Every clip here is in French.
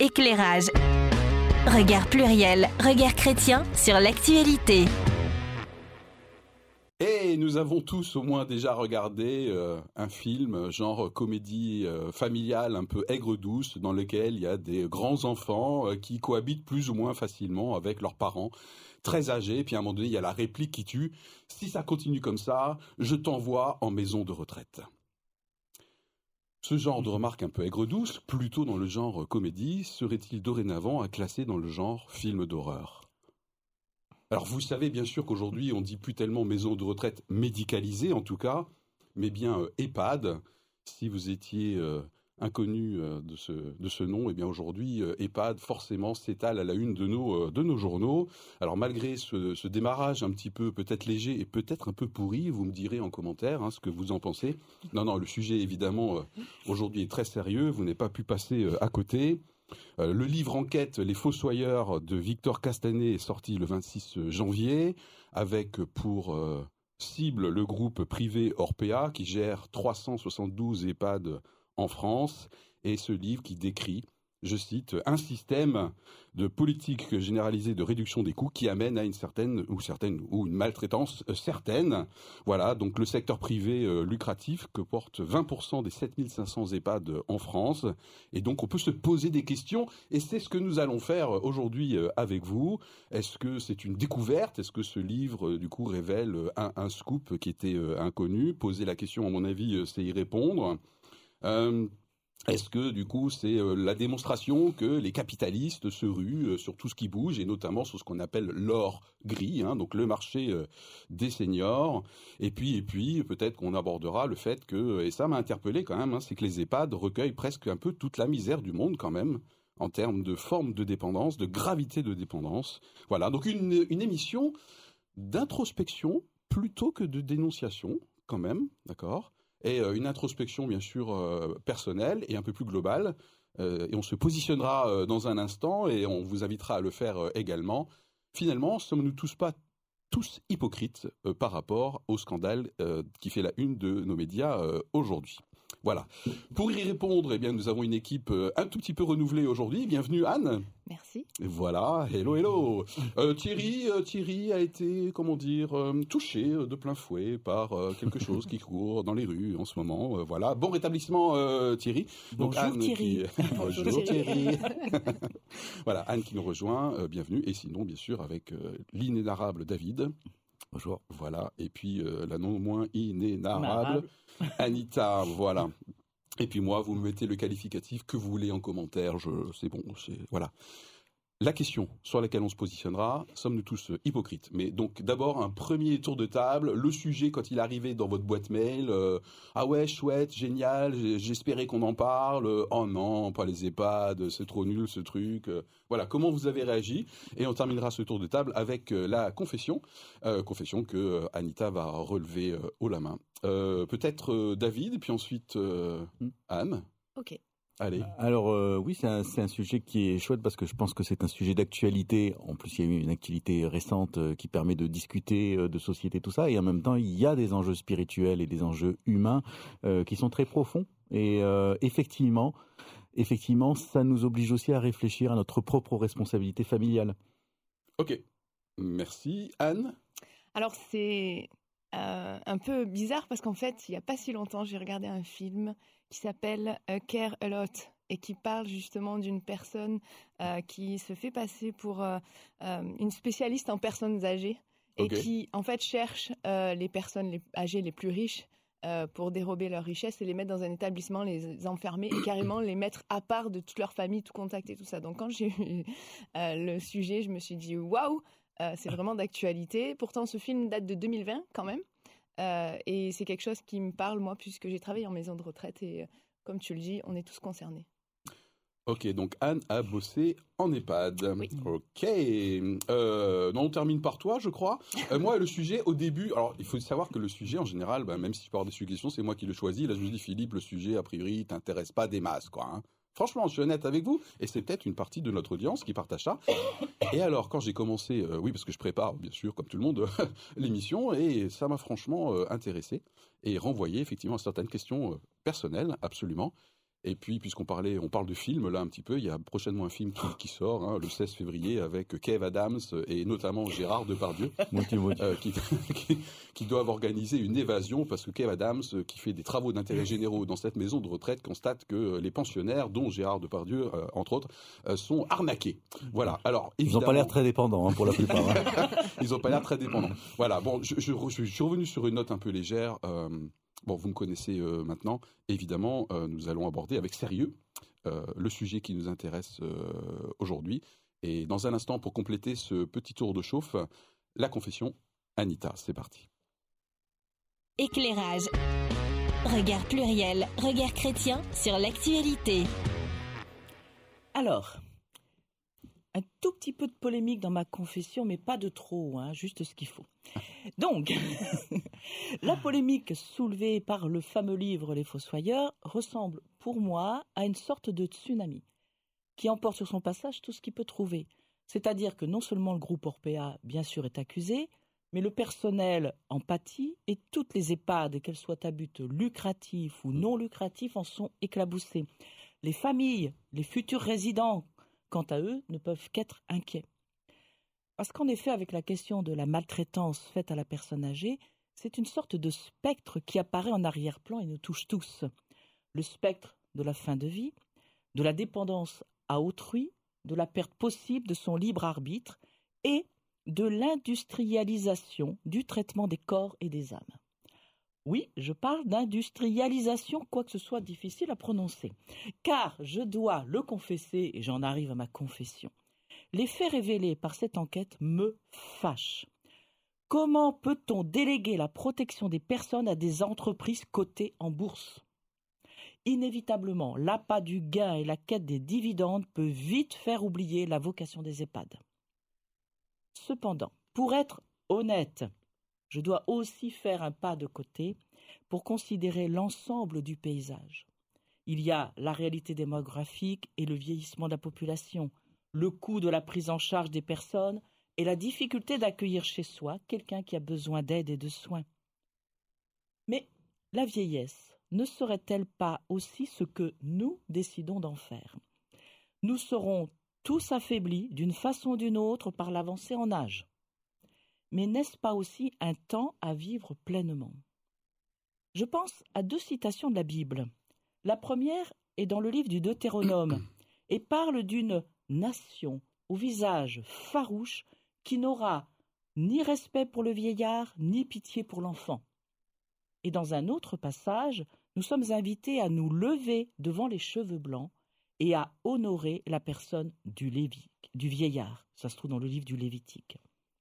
éclairage. Regard pluriel, regard chrétien sur l'actualité. Et nous avons tous au moins déjà regardé un film genre comédie familiale un peu aigre-douce dans lequel il y a des grands enfants qui cohabitent plus ou moins facilement avec leurs parents très âgés. Puis à un moment donné, il y a la réplique qui tue. Si ça continue comme ça, je t'envoie en maison de retraite. Ce genre de remarque un peu aigre-douce, plutôt dans le genre comédie, serait-il dorénavant à classer dans le genre film d'horreur ? Alors vous savez bien sûr qu'aujourd'hui on dit plus tellement maison de retraite médicalisée en tout cas, mais bien EHPAD. Si vous étiez inconnu de ce nom, et bien aujourd'hui EHPAD forcément s'étale à la une de nos journaux. Alors malgré ce démarrage un petit peu peut-être léger et peut-être un peu pourri, vous me direz en commentaire ce que vous en pensez. Non, le sujet évidemment aujourd'hui est très sérieux, vous n'avez pas pu passer à côté. Le livre enquête Les Fossoyeurs de Victor Castanet est sorti le 26 janvier avec pour cible le groupe privé Orpea qui gère 372 EHPAD en France et ce livre qui décrit, je cite, un système de politique généralisée de réduction des coûts qui amène à une une maltraitance certaine. Voilà, donc le secteur privé lucratif que porte 20% des 7500 EHPAD en France. Et donc on peut se poser des questions et c'est ce que nous allons faire aujourd'hui avec vous. Est-ce que c'est une découverte ? Est-ce que ce livre du coup révèle un scoop qui était inconnu ? Poser la question à mon avis c'est y répondre. Est-ce que, du coup, c'est la démonstration que les capitalistes se ruent sur tout ce qui bouge, et notamment sur ce qu'on appelle l'or gris, donc le marché des seniors. Et puis, peut-être qu'on abordera le fait que, et ça m'a interpellé quand même, c'est que les EHPAD recueillent presque un peu toute la misère du monde quand même, en termes de forme de dépendance, de gravité de dépendance. Voilà, donc une émission d'introspection plutôt que de dénonciation, quand même, d'accord ? Et une introspection bien sûr personnelle et un peu plus globale. Et on se positionnera dans un instant et on vous invitera à le faire également. Finalement, sommes-nous tous hypocrites par rapport au scandale qui fait la une de nos médias aujourd'hui ? Voilà. Pour y répondre, eh bien, nous avons une équipe un tout petit peu renouvelée aujourd'hui. Bienvenue Anne. Merci. Voilà, hello. Thierry a été, touché de plein fouet par quelque chose qui court dans les rues en ce moment. Voilà, bon rétablissement Thierry. Donc, bonjour Anne Thierry. Bonjour Thierry. Voilà, Anne qui nous rejoint, bienvenue. Et sinon, bien sûr, avec l'inénarrable David. Bonjour. Voilà, et puis la non moins inénarrable Anita, voilà. Et puis moi, vous me mettez le qualificatif que vous voulez en commentaire, voilà. La question sur laquelle on se positionnera, sommes-nous tous hypocrites ? Mais donc d'abord un premier tour de table, le sujet quand il arrivait dans votre boîte mail, ah ouais chouette, génial, j'espérais qu'on en parle, oh non, pas les EHPAD, c'est trop nul ce truc, voilà, comment vous avez réagi ? Et on terminera ce tour de table avec la confession que Anita va relever haut la main. Peut-être David, puis ensuite Anne. Ok. Allez. Alors oui, c'est un sujet qui est chouette parce que je pense que c'est un sujet d'actualité. En plus, il y a eu une actualité récente qui permet de discuter de société, tout ça. Et en même temps, il y a des enjeux spirituels et des enjeux humains qui sont très profonds. Et effectivement, ça nous oblige aussi à réfléchir à notre propre responsabilité familiale. Ok. Merci. Anne ? Alors c'est un peu bizarre parce qu'en fait, il n'y a pas si longtemps, j'ai regardé un film qui s'appelle Care a Lot et qui parle justement d'une personne qui se fait passer pour une spécialiste en personnes âgées et qui en fait cherche les personnes âgées les plus riches pour dérober leur richesse et les mettre dans un établissement, les enfermer et carrément les mettre à part de toute leur famille, tout contact et tout ça. Donc quand j'ai eu le sujet, je me suis dit waouh, c'est vraiment d'actualité. Pourtant ce film date de 2020 quand même. Et c'est quelque chose qui me parle, moi, puisque j'ai travaillé en maison de retraite et, comme tu le dis, on est tous concernés. Ok, donc Anne a bossé en EHPAD. Oui. Ok. Non, on termine par toi, je crois. Moi, le sujet, au début... Alors, il faut savoir que le sujet, en général, même si je peux avoir des suggestions, c'est moi qui le choisis. Là, je me dis, Philippe, le sujet, a priori, t'intéresse pas des masses, quoi. Franchement, je suis honnête avec vous, et c'est peut-être une partie de notre audience qui partage ça. Et alors, quand j'ai commencé, oui, parce que je prépare, bien sûr, comme tout le monde, l'émission, et ça m'a franchement intéressé, et renvoyé effectivement à certaines questions personnelles, absolument. Et puis, on parle de film là un petit peu, il y a prochainement un film qui sort le 16 février avec Kev Adams et notamment Gérard Depardieu qui doivent organiser une évasion parce que Kev Adams, qui fait des travaux d'intérêt généraux dans cette maison de retraite, constate que les pensionnaires, dont Gérard Depardieu entre autres, sont arnaqués. Voilà. Alors évidemment, ils n'ont pas l'air très dépendants pour la plupart. Ils n'ont pas l'air très dépendants. Voilà. Bon, je suis revenu sur une note un peu légère. Bon, vous me connaissez maintenant. Évidemment, nous allons aborder avec sérieux le sujet qui nous intéresse aujourd'hui. Et dans un instant, pour compléter ce petit tour de chauffe, la confession. Anita, c'est parti. Éclairage. Regard pluriel, regard chrétien sur l'actualité. Alors, un tout petit peu de polémique dans ma confession, mais pas de trop, juste ce qu'il faut. Donc, la polémique soulevée par le fameux livre Les Fossoyeurs ressemble pour moi à une sorte de tsunami qui emporte sur son passage tout ce qu'il peut trouver. C'est-à-dire que non seulement le groupe Orpea, bien sûr, est accusé, mais le personnel en pâtit et toutes les EHPAD, qu'elles soient à but lucratif ou non lucratif, en sont éclaboussées. Les familles, les futurs résidents, quant à eux, ne peuvent qu'être inquiets. Parce qu'en effet, avec la question de la maltraitance faite à la personne âgée, c'est une sorte de spectre qui apparaît en arrière-plan et nous touche tous. Le spectre de la fin de vie, de la dépendance à autrui, de la perte possible de son libre arbitre et de l'industrialisation du traitement des corps et des âmes. Oui, je parle d'industrialisation, quoique ce soit difficile à prononcer. Car, je dois le confesser, et j'en arrive à ma confession, les faits révélés par cette enquête me fâchent. Comment peut-on déléguer la protection des personnes à des entreprises cotées en bourse ? Inévitablement, l'appât du gain et la quête des dividendes peut vite faire oublier la vocation des EHPAD. Cependant, pour être honnête, je dois aussi faire un pas de côté pour considérer l'ensemble du paysage. Il y a la réalité démographique et le vieillissement de la population, le coût de la prise en charge des personnes et la difficulté d'accueillir chez soi quelqu'un qui a besoin d'aide et de soins. Mais la vieillesse ne serait-elle pas aussi ce que nous décidons d'en faire ? Nous serons tous affaiblis d'une façon ou d'une autre par l'avancée en âge. Mais n'est-ce pas aussi un temps à vivre pleinement ? Je pense à 2 citations de la Bible. La première est dans le livre du Deutéronome et parle d'une nation au visage farouche qui n'aura ni respect pour le vieillard ni pitié pour l'enfant. Et dans un autre passage, nous sommes invités à nous lever devant les cheveux blancs et à honorer la personne du vieillard. Ça se trouve dans le livre du Lévitique.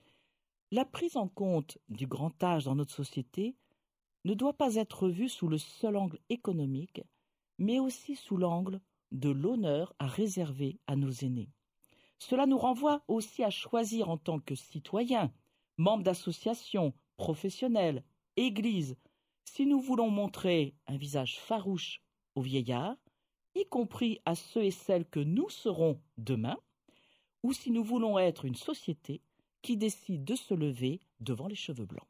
La prise en compte du grand âge dans notre société ne doit pas être vue sous le seul angle économique, mais aussi sous l'angle de l'honneur à réserver à nos aînés. Cela nous renvoie aussi à choisir en tant que citoyens, membres d'associations, professionnels, églises, si nous voulons montrer un visage farouche aux vieillards, y compris à ceux et celles que nous serons demain, ou si nous voulons être une société qui décide de se lever devant les cheveux blancs.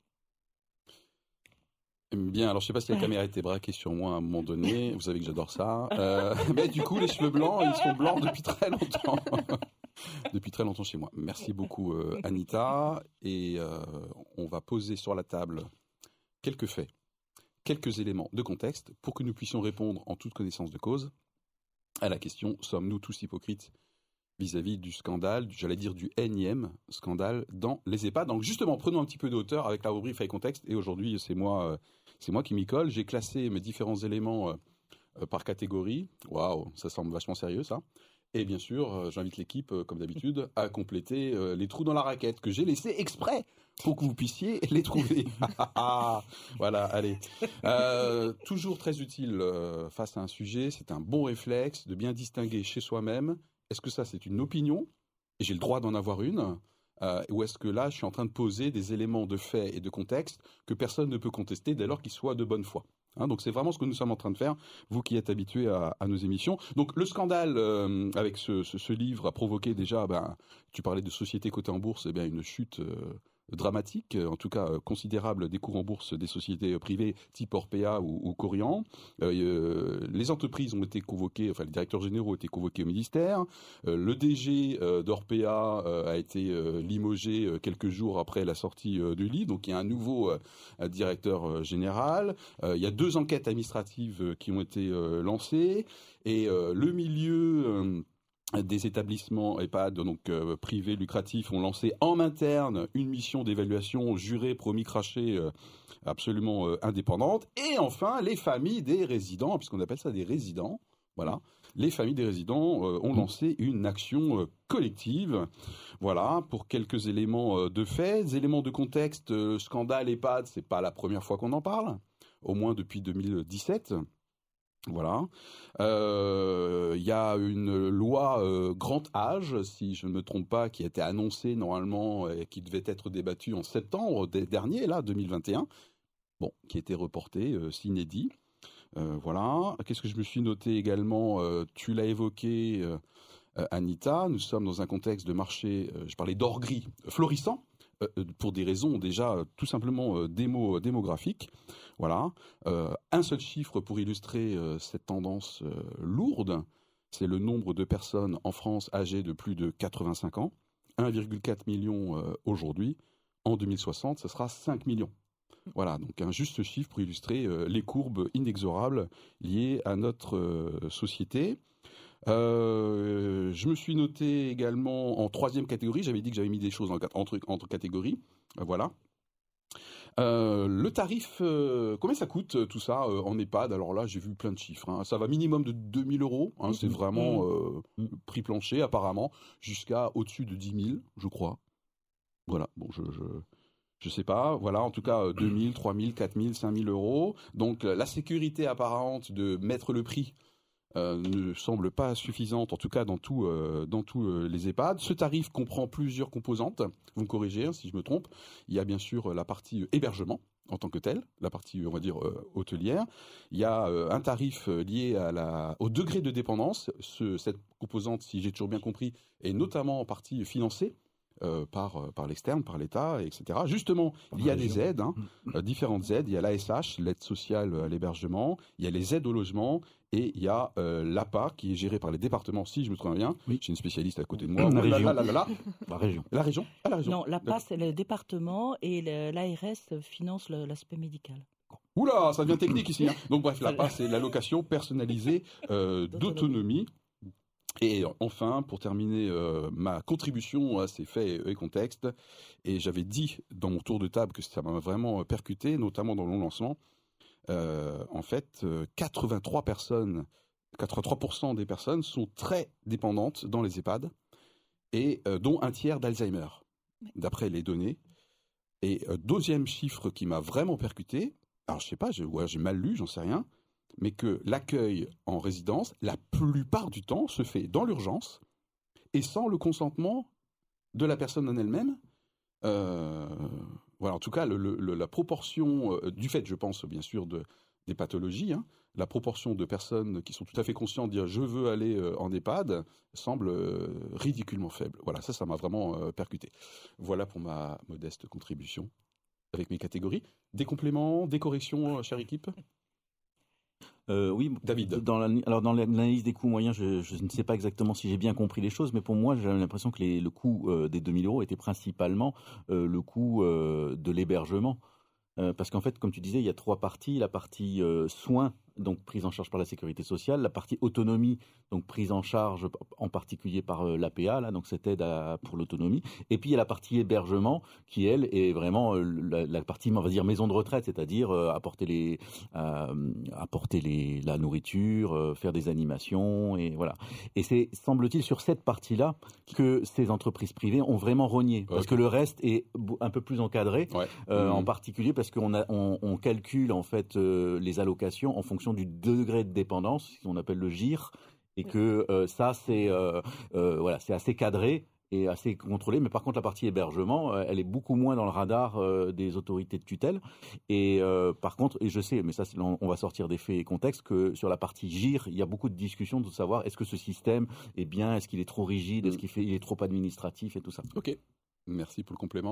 Bien, alors je ne sais pas si la caméra était braquée sur moi à un moment donné, vous savez que j'adore ça, mais du coup les cheveux blancs, ils sont blancs depuis très longtemps, depuis très longtemps chez moi. Merci beaucoup Anita, et on va poser sur la table quelques faits, quelques éléments de contexte pour que nous puissions répondre en toute connaissance de cause à la question « Sommes-nous tous hypocrites ?» vis-à-vis du scandale, j'allais dire du énième scandale dans les EHPAD. Donc justement, prenons un petit peu de hauteur avec la rubrique Faits et Contexte, et aujourd'hui c'est moi qui m'y colle. J'ai classé mes différents éléments par catégorie. Waouh, ça semble vachement sérieux ça. Et bien sûr, j'invite l'équipe, comme d'habitude, à compléter les trous dans la raquette que j'ai laissés exprès pour que vous puissiez les trouver. Voilà, allez. Toujours très utile face à un sujet, c'est un bon réflexe de bien distinguer chez soi-même. Est-ce que ça, c'est une opinion et j'ai le droit d'en avoir une ou est-ce que là, je suis en train de poser des éléments de fait et de contexte que personne ne peut contester dès lors qu'ils soient de bonne foi. Donc c'est vraiment ce que nous sommes en train de faire, vous qui êtes habitués à nos émissions. Donc le scandale avec ce livre a provoqué déjà, tu parlais de société cotée en bourse, une chute dramatique, en tout cas considérable, des cours en bourse des sociétés privées type Orpea ou Corian. Les entreprises ont été convoquées, enfin les directeurs généraux ont été convoqués au ministère. Le DG d'Orpea a été limogé quelques jours après la sortie du livre. Donc il y a un nouveau directeur général. Il y a 2 enquêtes administratives qui ont été lancées. Et le milieu des établissements EHPAD, donc privés lucratifs, ont lancé en interne une mission d'évaluation jurée, promis, crachée, absolument indépendante. Et enfin, les familles des résidents, puisqu'on appelle ça des résidents, voilà, les familles des résidents ont lancé une action collective. Voilà, pour quelques éléments de fait, des éléments de contexte. Scandale EHPAD, c'est pas la première fois qu'on en parle, au moins depuis 2017. Voilà. Il y a une loi grand âge, si je ne me trompe pas, qui a été annoncée normalement et qui devait être débattue en septembre dernier, là, 2021. Bon, qui a été reportée, sine die. Voilà. Qu'est-ce que je me suis noté également? Tu l'as évoqué, Anita. Nous sommes dans un contexte de marché, je parlais d'or gris, florissant. Pour des raisons déjà tout simplement démographiques. Voilà. Un seul chiffre pour illustrer cette tendance lourde, c'est le nombre de personnes en France âgées de plus de 85 ans. 1,4 million aujourd'hui. En 2060, ce sera 5 millions. Voilà, donc un juste chiffre pour illustrer les courbes inexorables liées à notre société. Je me suis noté également en 3e catégorie, j'avais dit que j'avais mis des choses entre catégories, voilà. Le tarif, combien ça coûte tout ça en EHPAD? Alors là, j'ai vu plein de chiffres, hein. Ça va minimum de 2 000 €, hein, c'est vraiment prix plancher apparemment, jusqu'à au-dessus de 10 000, je crois. Voilà, bon, je sais pas, voilà, en tout cas 2 000, 3 000, 4 000, 5 000 €. Donc la sécurité apparente de mettre le prix ne semble pas suffisante, en tout cas dans tous les EHPAD. Ce tarif comprend plusieurs composantes. Vous me corrigez si je me trompe. Il y a bien sûr la partie hébergement en tant que telle, la partie, on va dire, hôtelière. Il y a un tarif lié au degré de dépendance. Cette composante, si j'ai toujours bien compris, est notamment en partie financée par l'externe, par l'État, etc. Justement, il y a des aides, différentes aides. Il y a l'ASH, l'aide sociale à l'hébergement. Il y a les aides au logement. Et il y a l'APA qui est gérée par les départements, si je me souviens bien. Oui. J'ai une spécialiste à côté de moi. La région. La région. Ah, la région. Non, l'APA, c'est le département et l'ARS finance l'aspect médical. Oula, ça devient technique ici. Hein. Donc bref, l'APA, c'est l'allocation personnalisée d'autonomie. Et enfin, pour terminer ma contribution à ces faits et contextes, et j'avais dit dans mon tour de table que ça m'a vraiment percuté, notamment dans le lancement, en fait, 83% des personnes sont très dépendantes dans les EHPAD, et dont un tiers d'Alzheimer, d'après les données. Et deuxième chiffre qui m'a vraiment percuté, alors je sais pas, j'ai mal lu, j'en sais rien, mais que l'accueil en résidence, la plupart du temps, se fait dans l'urgence et sans le consentement de la personne en elle-même. Voilà, en tout cas, la proportion, du fait, je pense, bien sûr, des pathologies, hein, la proportion de personnes qui sont tout à fait conscientes de dire « je veux aller en EHPAD » semble ridiculement faible. Voilà, ça m'a vraiment percuté. Voilà pour ma modeste contribution avec mes catégories. Des compléments, des corrections, chère équipe? Oui, David. Dans l'analyse des coûts moyens, je ne sais pas exactement si j'ai bien compris les choses, mais pour moi, j'ai l'impression que le coût des 2 000 € était principalement le coût de l'hébergement. Parce qu'en fait, comme tu disais, il y a 3 parties. La partie soins, donc prise en charge par la sécurité sociale, la partie autonomie, donc prise en charge en particulier par l'APA, là, donc cette aide pour l'autonomie, et puis il y a la partie hébergement qui, elle, est vraiment la partie, on va dire, maison de retraite, c'est-à-dire apporter la nourriture, faire des animations, et voilà. Et c'est, semble-t-il, sur cette partie-là que ces entreprises privées ont vraiment rogné, parce que le reste est un peu plus encadré, en particulier parce qu'on calcule en fait les allocations en fonction du degré de dépendance, ce qu'on appelle le GIR, et que ça c'est c'est assez cadré et assez contrôlé. Mais par contre, la partie hébergement, elle est beaucoup moins dans le radar des autorités de tutelle. Et par contre, et je sais, mais ça on va sortir des faits et contextes, que sur la partie GIR, il y a beaucoup de discussions de savoir est-ce que ce système est bien, est-ce qu'il est trop rigide, est-ce qu'il est trop administratif et tout ça. Ok, merci pour le complément.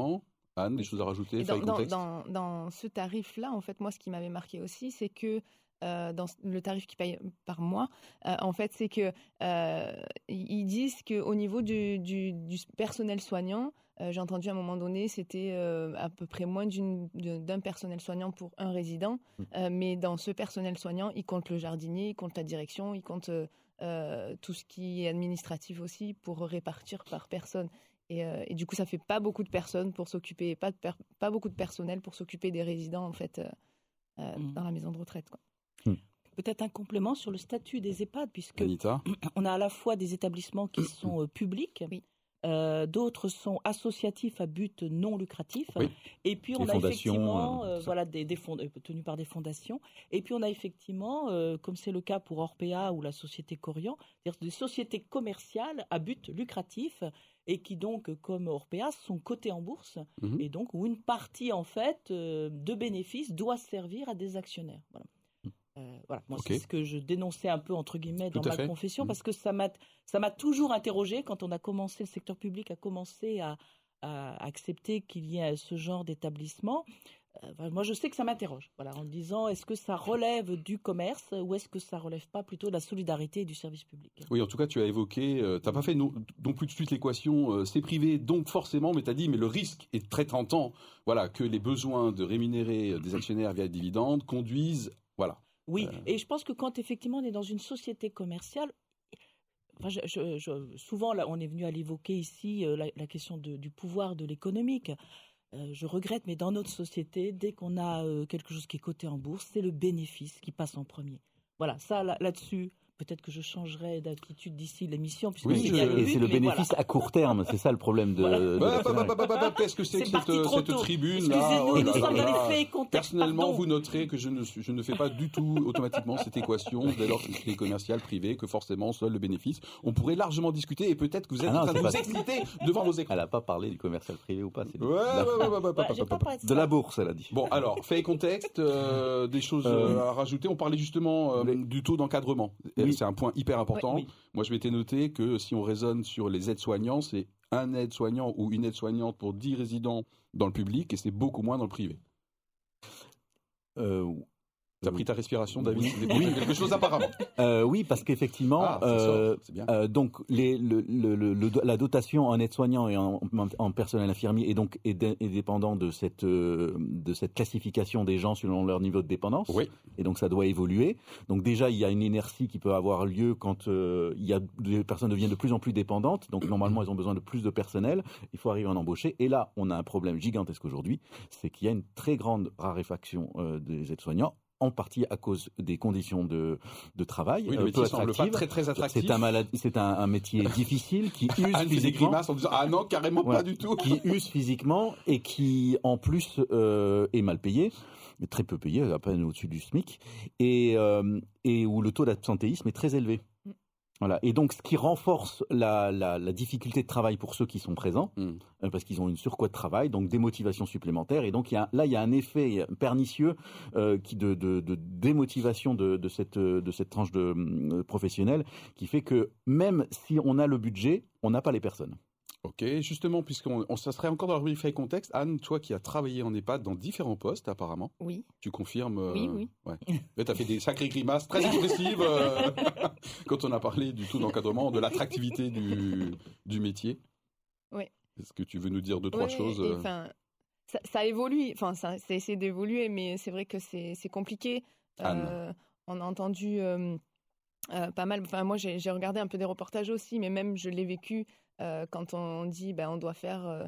Anne, des choses à rajouter? Et Faille contexte. dans ce tarif-là, en fait, moi, ce qui m'avait marqué aussi, c'est que dans le tarif qu'ils payent par mois, en fait, c'est que ils disent qu'au niveau du personnel soignant, j'ai entendu à un moment donné, c'était à peu près moins d'un personnel soignant pour un résident, mais dans ce personnel soignant, ils comptent le jardinier, ils comptent la direction, ils comptent tout ce qui est administratif aussi pour répartir par personne. Et du coup, ça fait pas beaucoup de personnes pour s'occuper, pas beaucoup de personnel pour s'occuper des résidents en fait dans la maison de retraite, quoi. Peut-être un complément sur le statut des EHPAD, puisque Anita? on a à la fois des établissements qui sont publics, Oui. D'autres sont associatifs à but non lucratif, Oui. et puis on Les a fondations, effectivement voilà, des fonds tenus par des fondations, et puis on a effectivement, comme c'est le cas pour Orpea ou la société Corian, c'est-à-dire des sociétés commerciales à but lucratif, et qui donc, comme Orpea, sont cotées en bourse, et donc où une partie en fait de bénéfices doit servir à des actionnaires. Voilà, moi c'est ce que je dénonçais un peu entre guillemets dans ma confession, parce que ça m'a toujours interrogé quand on a commencé, le secteur public a commencé à accepter qu'il y ait ce genre d'établissement. Moi je sais que ça m'interroge, voilà, en me disant est-ce que ça relève du commerce ou est-ce que ça relève pas plutôt de la solidarité et du service public? Oui, en tout cas, tu as évoqué, tu n'as pas fait non plus tout de suite l'équation, c'est privé, donc forcément, mais tu as dit, mais le risque est très tentant, voilà, que les besoins de rémunérer des actionnaires via les dividendes conduisent, voilà. Oui, et je pense que quand effectivement on est dans une société commerciale, souvent là, on est venu à l'évoquer ici, la question du pouvoir de l'économique. Je regrette, mais dans notre société, dès qu'on a quelque chose qui est coté en bourse, c'est le bénéfice qui passe en premier. Voilà, ça là-dessus, peut-être que je changerai d'attitude d'ici l'émission. Oui, et c'est le bénéfice à court terme, c'est ça le problème de... Qu'est-ce que c'est que cette tribune-là? Excusez-nous, nous sommes dans les faits et contextes. Personnellement, pardon. vous noterez que je ne fais pas du tout automatiquement cette équation, dès lors que c'est commercial, privé, que forcément seul le bénéfice. On pourrait largement discuter, et peut-être que vous êtes en train de vous exciter devant vos écrans. Elle n'a pas parlé du commercial privé ou pas, c'est de la bourse, elle a dit. Bon, alors, fait et contexte, des choses à rajouter. On parlait justement du taux d'encadrement. C'est un point hyper important. Oui. Moi, je m'étais noté que si on raisonne sur les aides-soignants, c'est un aide-soignant ou une aide-soignante pour 10 résidents dans le public, et c'est beaucoup moins dans le privé. T'as pris ta respiration, David? Oui. Quelque chose apparemment. Oui, parce qu'effectivement, c'est bien. donc la dotation en aide-soignant et en personnel infirmier est dépendant de cette classification des gens selon leur niveau de dépendance. Oui. Et donc ça doit évoluer. Donc déjà il y a une inertie qui peut avoir lieu quand les personnes deviennent de plus en plus dépendantes. Donc normalement elles ont besoin de plus de personnel. Il faut arriver à en embaucher. Et là on a un problème gigantesque aujourd'hui, c'est qu'il y a une très grande raréfaction des aides-soignants, en partie à cause des conditions de travail. Oui, le métier semble pas très attractif. C'est un métier difficile qui use Anne physiquement. fait des grimaces en disant ah non, carrément pas du tout. Qui use physiquement et qui en plus est mal payé, très peu payé, à peine au-dessus du SMIC, et où le taux d'absentéisme est très élevé. Voilà. Et donc, ce qui renforce la difficulté de travail pour ceux qui sont présents, parce qu'ils ont une surcroît de travail, donc des motivations supplémentaires. Et donc, il y a un effet pernicieux de démotivation de cette tranche de professionnelle qui fait que même si on a le budget, on n'a pas les personnes. Ok, justement, ça serait encore dans le fait contexte. Anne, toi qui as travaillé en EHPAD dans différents postes apparemment. Oui. Tu confirmes? Oui. Ouais. Tu as fait des sacrées grimaces très expressives quand on a parlé du taux d'encadrement, de l'attractivité du métier. Oui. Est-ce que tu veux nous dire deux, trois choses? Ça évolue, ça essaie d'évoluer, mais c'est vrai que c'est compliqué. On a entendu pas mal, moi j'ai regardé un peu des reportages aussi, mais même je l'ai vécu quand on dit on doit faire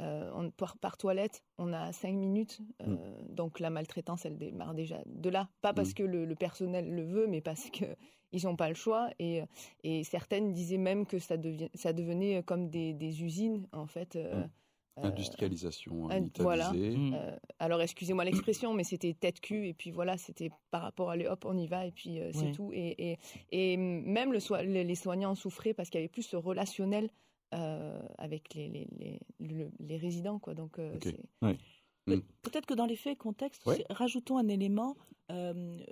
par toilette, on a 5 minutes, donc la maltraitance elle démarre déjà de là, pas parce que le personnel le veut, mais parce qu'ils n'ont pas le choix, et certaines disaient même que ça devenait comme des usines en fait. Industrialisation, voilà. Alors excusez-moi l'expression, mais c'était tête-cul, et puis voilà, c'était par rapport à hop, on y va, et puis c'est tout. Et même les soignants souffraient parce qu'il y avait plus ce relationnel avec les résidents, quoi. Donc peut-être que dans les faits contexte, rajoutons un élément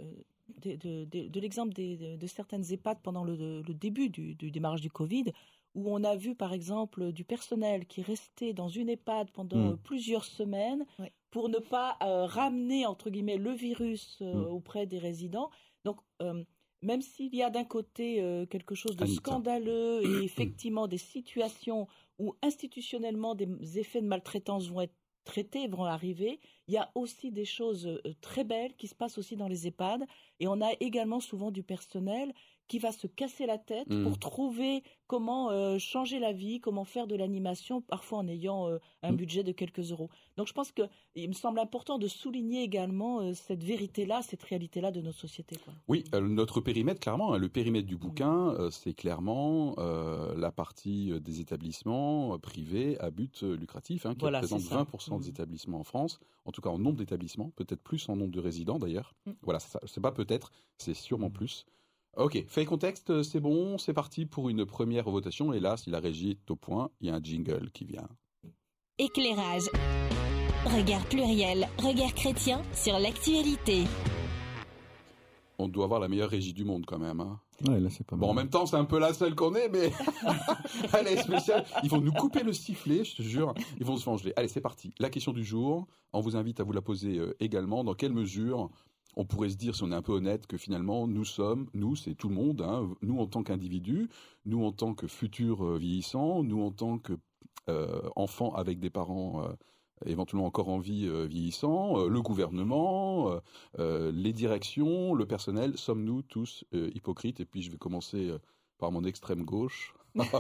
de l'exemple de certaines EHPAD pendant le début du démarrage du Covid, où on a vu, par exemple, du personnel qui restait dans une EHPAD pendant plusieurs semaines pour ne pas ramener, entre guillemets, le virus auprès des résidents. Donc, même s'il y a d'un côté quelque chose de scandaleux et effectivement des situations où institutionnellement des effets de maltraitance vont être traités, vont arriver, il y a aussi des choses très belles qui se passent aussi dans les EHPAD. Et on a également souvent du personnel qui va se casser la tête pour trouver comment changer la vie, comment faire de l'animation, parfois en ayant un budget de quelques euros. Donc je pense qu'il me semble important de souligner également cette vérité-là, cette réalité-là de notre société, quoi. Oui, notre périmètre, clairement, le périmètre du bouquin, c'est clairement la partie des établissements privés à but lucratif, qui représente 20% des établissements en France, en tout cas en nombre d'établissements, peut-être plus en nombre de résidents d'ailleurs. Voilà, c'est pas peut-être, c'est sûrement plus. Ok, fait contexte, c'est bon, c'est parti pour une première votation. Et là, si la régie est au point, il y a un jingle qui vient. Éclairage. Regard pluriel, regard chrétien sur l'actualité. On doit avoir la meilleure régie du monde quand même. Hein. Ouais, là, c'est pas bon, mal. en même temps, c'est un peu la seule qu'on est, mais elle est spéciale. Ils vont nous couper le sifflet, je te jure. Ils vont se venger. Allez, c'est parti. La question du jour, on vous invite à vous la poser également. Dans quelle mesure on pourrait se dire, si on est un peu honnête, que finalement, nous, c'est tout le monde, nous en tant qu'individus, nous en tant que futurs vieillissants, nous en tant qu'enfants avec des parents éventuellement encore en vie vieillissants, le gouvernement, les directions, le personnel, sommes-nous tous hypocrites? Et puis je vais commencer par mon extrême gauche.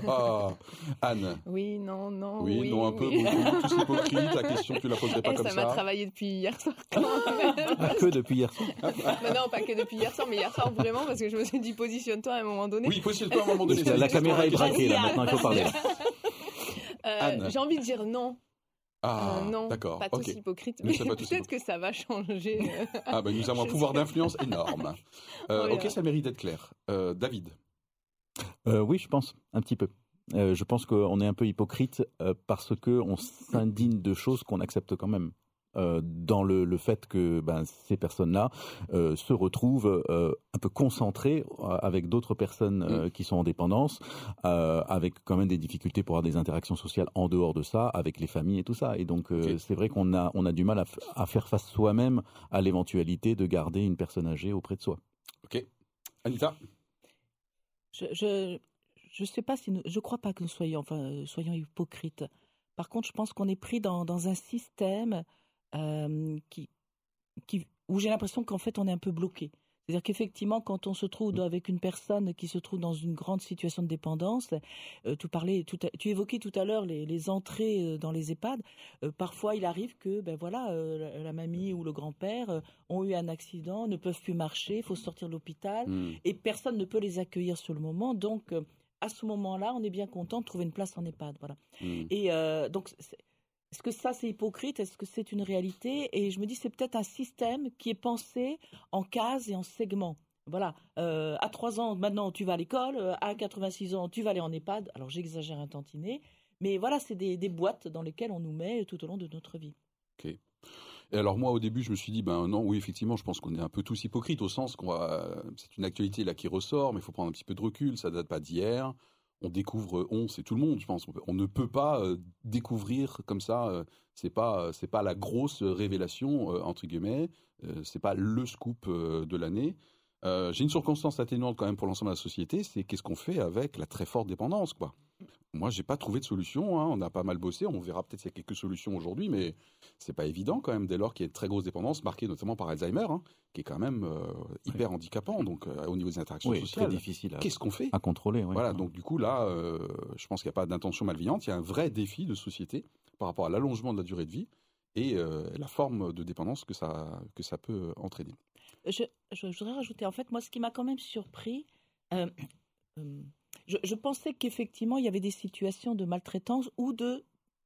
Anne. Oui, non, non. Oui, non, un peu, beaucoup, tous hypocrites. La question, tu la poserais pas comme ça. Ça m'a travaillé depuis hier soir quand même. Pas que depuis hier soir. Non, pas que depuis hier soir, mais hier soir vraiment, parce que je me suis dit, positionne-toi à un moment donné. Oui, positionne-toi à un moment donné. La caméra est braquée, là, maintenant, il faut parler. J'ai envie de dire non. Non, d'accord. pas tous hypocrites, mais peut-être que ça va changer. Nous avons un pouvoir d'influence énorme. Ok, ça mérite d'être clair. David. Oui, je pense, un petit peu. Je pense qu'on est un peu hypocrite parce qu'on s'indigne de choses qu'on accepte quand même. Dans le fait que ces personnes-là se retrouvent un peu concentrées avec d'autres personnes qui sont en dépendance, avec quand même des difficultés pour avoir des interactions sociales en dehors de ça, avec les familles et tout ça. Et donc c'est vrai qu'on a du mal à faire face soi-même à l'éventualité de garder une personne âgée auprès de soi. Ok. Anita. Je sais pas je crois pas que nous soyons hypocrites. Par contre, je pense qu'on est pris dans un système où j'ai l'impression qu'en fait on est un peu bloqué. C'est-à-dire qu'effectivement, quand on se trouve avec une personne qui se trouve dans une grande situation de dépendance, tu évoquais tout à l'heure les entrées dans les EHPAD. Parfois, il arrive que la mamie ou le grand-père ont eu un accident, ne peuvent plus marcher, il faut sortir de l'hôpital et personne ne peut les accueillir sur le moment. Donc, à ce moment-là, on est bien content de trouver une place en EHPAD. Voilà. Et donc, est-ce que ça, c'est hypocrite? Est-ce que c'est une réalité? Et je me dis, c'est peut-être un système qui est pensé en cases et en segments. Voilà, à 3 ans, maintenant, tu vas à l'école. À 86 ans, tu vas aller en EHPAD. Alors, j'exagère un tantinet. Mais voilà, c'est des boîtes dans lesquelles on nous met tout au long de notre vie. Ok. Et alors, moi, au début, je me suis dit, non, oui, effectivement, je pense qu'on est un peu tous hypocrites, au sens c'est une actualité là qui ressort, mais il faut prendre un petit peu de recul. Ça date pas d'hier. On découvre, c'est tout le monde, je pense. On ne peut pas découvrir comme ça. C'est pas la grosse révélation entre guillemets. C'est pas le scoop de l'année. J'ai une circonstance atténuante quand même pour l'ensemble de la société. C'est qu'est-ce qu'on fait avec la très forte dépendance, quoi. Moi, j'ai pas trouvé de solution. On a pas mal bossé. On verra peut-être s'il y a quelques solutions aujourd'hui, mais c'est pas évident quand même dès lors qu'il y a une très grosse dépendance marquée notamment par Alzheimer, qui est quand même hyper handicapant. Donc au niveau des interactions sociales, très difficile. Qu'est-ce qu'on fait à contrôler? Voilà. Donc du coup là, je pense qu'il n'y a pas d'intention malveillante. Il y a un vrai défi de société par rapport à l'allongement de la durée de vie et la forme de dépendance que ça peut entraîner. Je voudrais rajouter, en fait, moi, ce qui m'a quand même surpris. Je pensais qu'effectivement, il y avait des situations de maltraitance ou de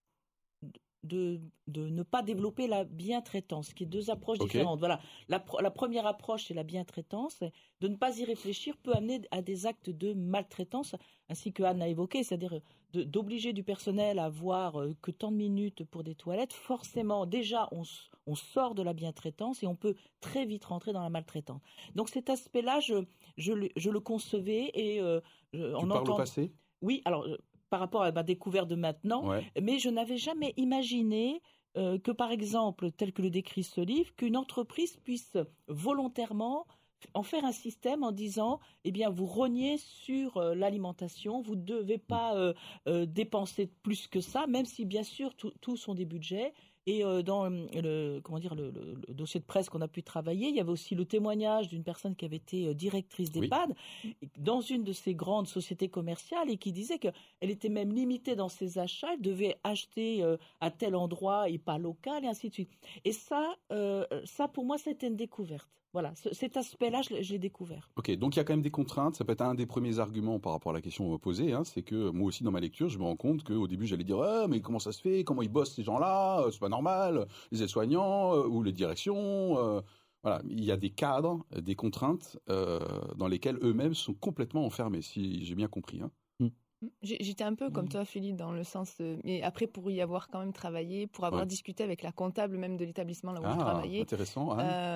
ne pas développer la bientraitance, qui est 2 approches différentes. Voilà. La première approche, c'est la bientraitance. De ne pas y réfléchir peut amener à des actes de maltraitance, ainsi que Anne a évoqué, c'est-à-dire d'obliger du personnel à avoir que tant de minutes pour des toilettes. Forcément, déjà, on sort de la bientraitance et on peut très vite rentrer dans la maltraitance. Donc cet aspect-là, je le concevais et tu parles au passé ? Oui, alors par rapport à ma découverte de maintenant, Ouais. mais je n'avais jamais imaginé que, par exemple, tel que le décrit ce livre, qu'une entreprise puisse volontairement en faire un système en disant, eh bien, vous rognez sur l'alimentation, vous ne devez pas dépenser plus que ça, même si, bien sûr, tous ont des budgets. Et dans le dossier de presse qu'on a pu travailler, il y avait aussi le témoignage d'une personne qui avait été directrice d'EHPAD dans une de ces grandes sociétés commerciales et qui disait qu'elle était même limitée dans ses achats, elle devait acheter à tel endroit et pas local et ainsi de suite. Et ça pour moi, c'était une découverte. Voilà, cet aspect-là, je l'ai découvert. Ok, donc il y a quand même des contraintes. Ça peut être un des premiers arguments par rapport à la question posée. C'est que moi aussi, dans ma lecture, je me rends compte qu'au début, j'allais dire mais comment ça se fait? Comment ils bossent ces gens-là? C'est pas normal. Les aides-soignants ou les directions. Voilà, il y a des cadres, des contraintes dans lesquelles eux-mêmes sont complètement enfermés, si j'ai bien compris. J'étais un peu comme toi, Philippe, dans le sens... mais après, pour y avoir quand même travaillé, pour avoir discuté avec la comptable même de l'établissement là où je travaillais... Intéressant.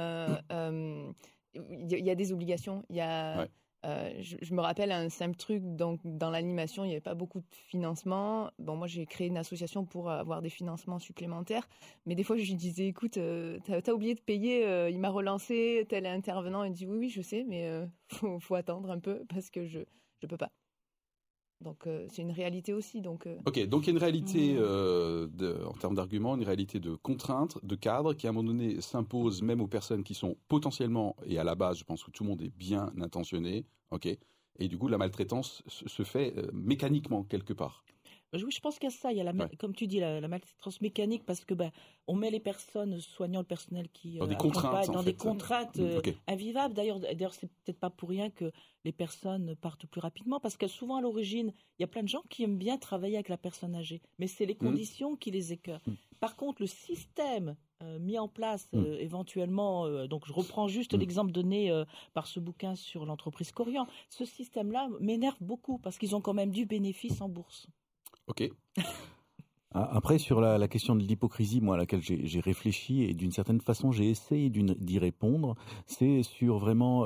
Il y a des obligations. Il y a... je me rappelle un simple truc, donc dans l'animation, il n'y avait pas beaucoup de financement. Bon, moi, j'ai créé une association pour avoir des financements supplémentaires. Mais des fois, je lui disais, écoute, t'as oublié de payer. Il m'a relancé, tel intervenant. Il dit, oui, je sais, mais faut attendre un peu parce que je peux pas. Donc, c'est une réalité aussi. Ok, donc il y a une réalité en termes d'arguments, une réalité de contraintes, de cadres qui à un moment donné s'impose même aux personnes qui sont potentiellement, et à la base, je pense que tout le monde est bien intentionné, ok, et du coup la maltraitance se fait mécaniquement quelque part. Oui, je pense qu'il y a ça. Il y a comme tu dis, la maltraitance mécanique parce que on met les personnes soignant le personnel qui dans des contraintes, invivables. D'ailleurs, c'est peut-être pas pour rien que les personnes partent plus rapidement parce que souvent à l'origine, il y a plein de gens qui aiment bien travailler avec la personne âgée, mais c'est les conditions qui les écœurent. Par contre, le système mis en place éventuellement, donc je reprends juste l'exemple donné par ce bouquin sur l'entreprise Corian. Ce système-là m'énerve beaucoup parce qu'ils ont quand même du bénéfice en bourse. Ok. Après, sur la question de l'hypocrisie, moi, à laquelle j'ai réfléchi et d'une certaine façon, j'ai essayé d'y répondre, c'est sur vraiment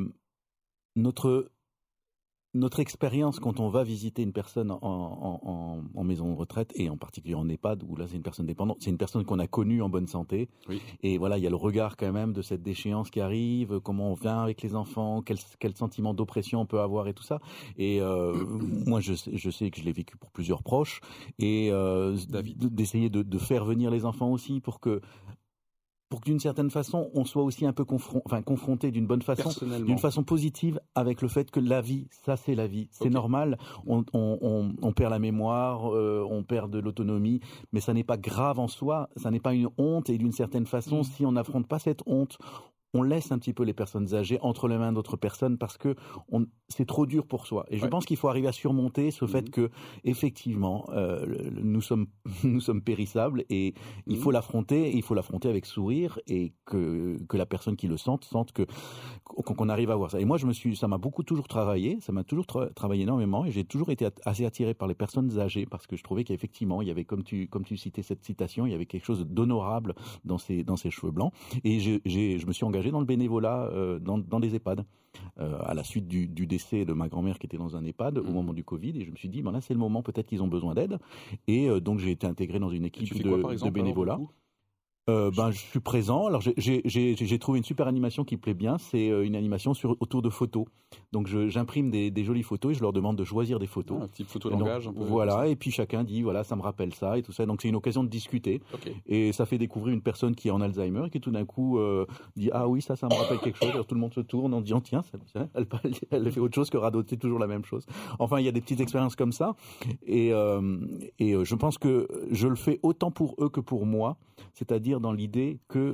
notre expérience quand on va visiter une personne en maison de retraite et en particulier en EHPAD où là c'est une personne dépendante, c'est une personne qu'on a connue en bonne santé et voilà il y a le regard quand même de cette déchéance qui arrive, comment on vient avec les enfants, quel sentiment d'oppression on peut avoir et tout ça et moi je sais que je l'ai vécu pour plusieurs proches et d'essayer de faire venir les enfants aussi pour que d'une certaine façon, on soit aussi un peu confronté d'une bonne façon, d'une façon positive avec le fait que la vie, ça c'est la vie, c'est normal, on perd la mémoire, on perd de l'autonomie, mais ça n'est pas grave en soi, ça n'est pas une honte et d'une certaine façon, si on n'affronte pas cette honte, on laisse un petit peu les personnes âgées entre les mains d'autres personnes parce que c'est trop dur pour soi. Et je pense qu'il faut arriver à surmonter ce fait que, effectivement, nous sommes périssables et il faut l'affronter. Et il faut l'affronter avec sourire et que la personne qui le sente qu'on arrive à voir ça. Et moi, ça m'a toujours travaillé énormément et j'ai toujours été assez attiré par les personnes âgées parce que je trouvais qu'effectivement, il y avait, comme tu citais cette citation, il y avait quelque chose d'honorable dans ces cheveux blancs. Et je me suis engagé dans le bénévolat dans des EHPAD à la suite du décès de ma grand-mère qui était dans un EHPAD au moment du Covid et je me suis dit là c'est le moment, peut-être qu'ils ont besoin d'aide et donc j'ai été intégré dans une équipe de bénévolat. Je suis présent. Alors j'ai trouvé une super animation qui plaît bien. C'est une animation autour de photos. Donc j'imprime des jolies photos et je leur demande de choisir des photos. Un petit photolangage. Voilà. Et puis chacun dit voilà ça me rappelle ça et tout ça. Donc c'est une occasion de discuter. Et ça fait découvrir une personne qui est en Alzheimer et qui tout d'un coup dit ah oui ça me rappelle quelque chose. Alors tout le monde se tourne en disant tiens elle fait autre chose que radoter toujours la même chose. Enfin il y a des petites expériences comme ça et je pense que je le fais autant pour eux que pour moi. C'est-à-dire dans l'idée que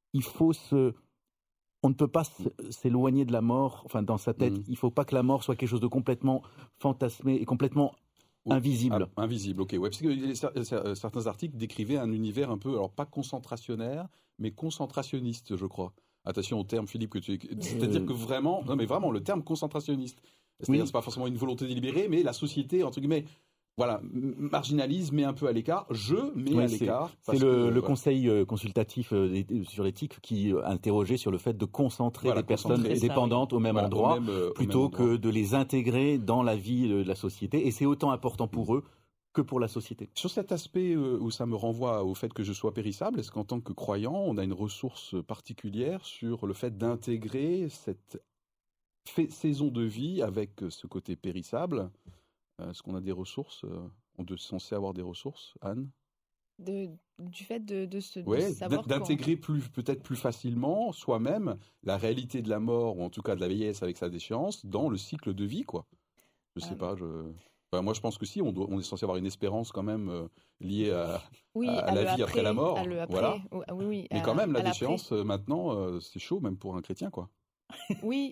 on ne peut pas s'éloigner de la mort, enfin dans sa tête, il ne faut pas que la mort soit quelque chose de complètement fantasmé et complètement invisible. Invisible, ok. Ouais, parce que certains articles décrivaient un univers un peu, alors pas concentrationnaire, mais concentrationniste, je crois. Attention au terme, Philippe, c'est-à-dire que vraiment, le terme concentrationniste, c'est-à-dire c'est pas forcément une volonté délibérée, mais la société, entre guillemets, voilà, marginalise, met un peu à l'écart. Je mets à l'écart. C'est le conseil consultatif sur l'éthique qui interrogeait sur le fait de concentrer les personnes dépendantes au même endroit plutôt que de les intégrer dans la vie de la société. Et c'est autant important pour eux que pour la société. Sur cet aspect où ça me renvoie au fait que je sois périssable, est-ce qu'en tant que croyant, on a une ressource particulière sur le fait d'intégrer cette saison de vie avec ce côté périssable? Est-ce qu'on a des ressources? On est censé avoir des ressources, Anne? Du fait de savoir d'intégrer peut-être plus facilement soi-même la réalité de la mort, ou en tout cas de la vieillesse avec sa déchéance, dans le cycle de vie, quoi. Je sais pas, moi je pense que si, on est censé avoir une espérance quand même liée à la vie après la mort. Voilà. Oui, mais quand même, la déchéance, maintenant, c'est chaud, même pour un chrétien, quoi. Oui,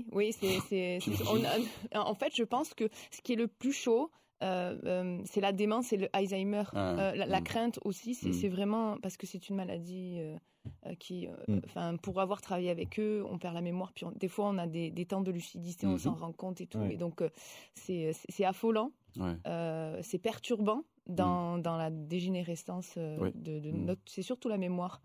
en fait, je pense que ce qui est le plus chaud, c'est la démence et le Alzheimer. La crainte aussi, c'est vraiment parce que c'est une maladie qui, pour avoir travaillé avec eux, on perd la mémoire. Puis des fois, on a des temps de lucidité, on s'en rend compte et tout. Et donc, c'est affolant, c'est perturbant dans la dégénérescence de notre. C'est surtout la mémoire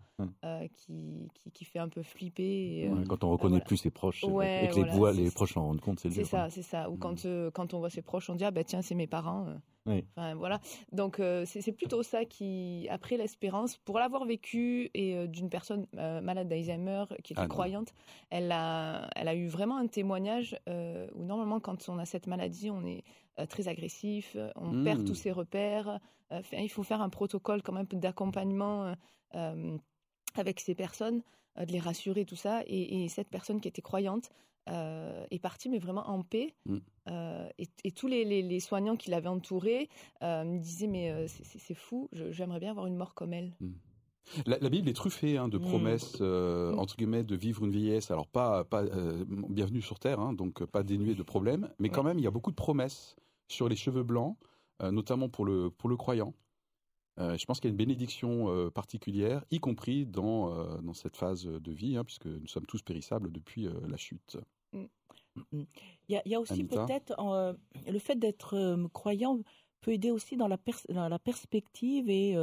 qui fait un peu flipper. Quand on reconnaît plus ses proches, et que les proches s'en rendent compte, c'est dur. C'est ça. Ou quand on voit ses proches, on dit tiens, c'est mes parents. Enfin, voilà. Donc c'est plutôt ça qui, après l'espérance, pour l'avoir vécu et d'une personne malade d'Alzheimer qui était croyante, elle a eu vraiment un témoignage où normalement quand on a cette maladie, on est très agressif, on perd tous ses repères. Il faut faire un protocole quand même d'accompagnement avec ces personnes, de les rassurer, tout ça. Et cette personne qui était croyante est partie, mais vraiment en paix. Et tous les soignants qui l'avaient entourée me disaient mais c'est fou, j'aimerais bien avoir une mort comme elle. La Bible est truffée de promesses, entre guillemets, de vivre une vieillesse. Alors pas bienvenue sur Terre, donc pas dénuée de problèmes, mais quand même il y a beaucoup de promesses sur les cheveux blancs, notamment pour le croyant. Je pense qu'il y a une bénédiction particulière, y compris dans cette phase de vie, puisque nous sommes tous périssables depuis la chute. Il y a aussi Anita, peut-être le fait d'être croyant peut aider aussi dans la perspective et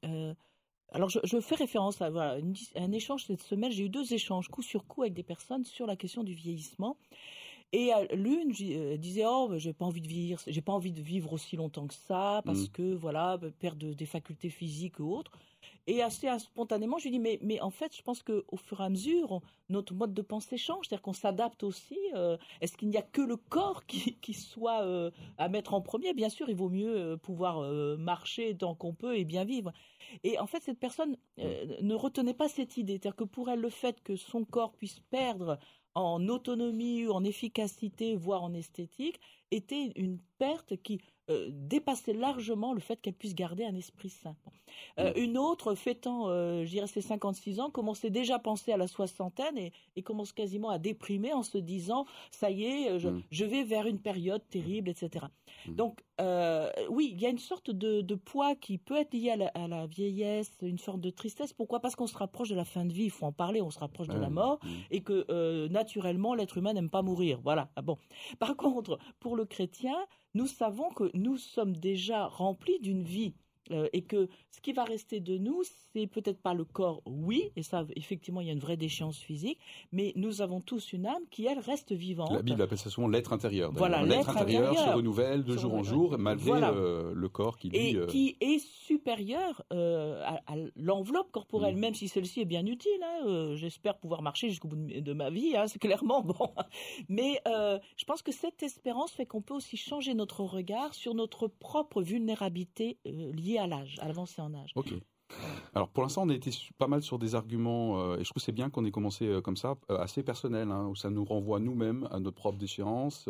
alors je fais référence à un échange cette semaine. J'ai eu 2 échanges coup sur coup avec des personnes sur la question du vieillissement. Et l'une disait j'ai pas envie de vivre aussi longtemps que ça parce que perdre des facultés physiques ou autres. Et assez spontanément, je lui dis mais en fait, je pense que au fur et à mesure, notre mode de pensée change, c'est-à-dire qu'on s'adapte aussi. Est-ce qu'il n'y a que le corps qui soit à mettre en premier? Bien sûr, il vaut mieux pouvoir marcher tant qu'on peut et bien vivre. Et en fait, cette personne ne retenait pas cette idée, c'est-à-dire que pour elle, le fait que son corps puisse perdre en autonomie, en efficacité, voire en esthétique, était une perte qui dépassait largement le fait qu'elle puisse garder un esprit sain. Une autre, fêtant, je dirais, ses 56 ans, commençait déjà à penser à la soixantaine et commence quasiment à déprimer en se disant « ça y est, je vais vers une période terrible, etc. » Donc, oui, il y a une sorte de poids qui peut être lié à la vieillesse, une sorte de tristesse. Pourquoi? Parce qu'on se rapproche de la fin de vie, il faut en parler, on se rapproche de la mort, et que naturellement, l'être humain n'aime pas mourir. Voilà. Bon. Par contre, pour le chrétien, nous savons que nous sommes déjà remplis d'une vie. Et que ce qui va rester de nous, c'est peut-être pas le corps, oui, et ça, effectivement, il y a une vraie déchéance physique, mais nous avons tous une âme qui, elle, reste vivante. La Bible appelle ça souvent l'être intérieur. Voilà, l'être intérieur se renouvelle de jour en jour, malgré le corps qui, lui... Et qui est supérieur à l'enveloppe corporelle, même si celle-ci est bien utile. J'espère pouvoir marcher jusqu'au bout de ma vie, c'est clairement bon. Mais je pense que cette espérance fait qu'on peut aussi changer notre regard sur notre propre vulnérabilité liée à l'âge, à l'avancée en âge. Ok. Alors pour l'instant, on a été pas mal sur des arguments, et je trouve que c'est bien qu'on ait commencé comme ça, assez personnel, où ça nous renvoie nous-mêmes à notre propre déchéance,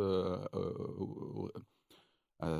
à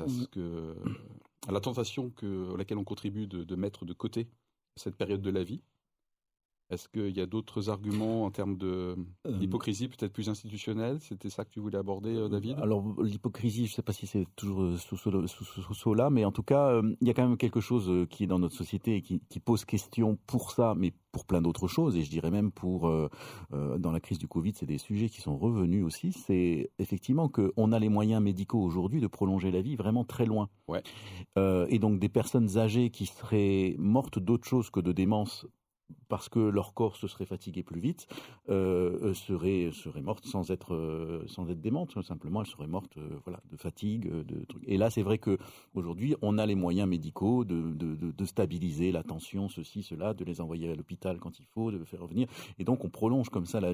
la tentation à laquelle on contribue de mettre de côté cette période de la vie. Est-ce qu'il y a d'autres arguments en termes d'hypocrisie, peut-être plus institutionnelle? C'était ça que tu voulais aborder, David? Alors, l'hypocrisie, je ne sais pas si c'est toujours sous ce là, mais en tout cas, il y a quand même quelque chose qui est dans notre société et qui pose question pour ça, mais pour plein d'autres choses. Et je dirais même dans la crise du Covid, c'est des sujets qui sont revenus aussi. C'est effectivement qu'on a les moyens médicaux aujourd'hui de prolonger la vie vraiment très loin. Ouais. Et donc, des personnes âgées qui seraient mortes d'autre chose que de démence parce que leur corps se serait fatigué plus vite, seraient mortes sans être démentes. Simplement, elles seraient mortes de fatigue, de trucs. Et là, c'est vrai qu'aujourd'hui, on a les moyens médicaux de stabiliser la tension, ceci, cela, de les envoyer à l'hôpital quand il faut, de les faire revenir. Et donc, on prolonge comme ça la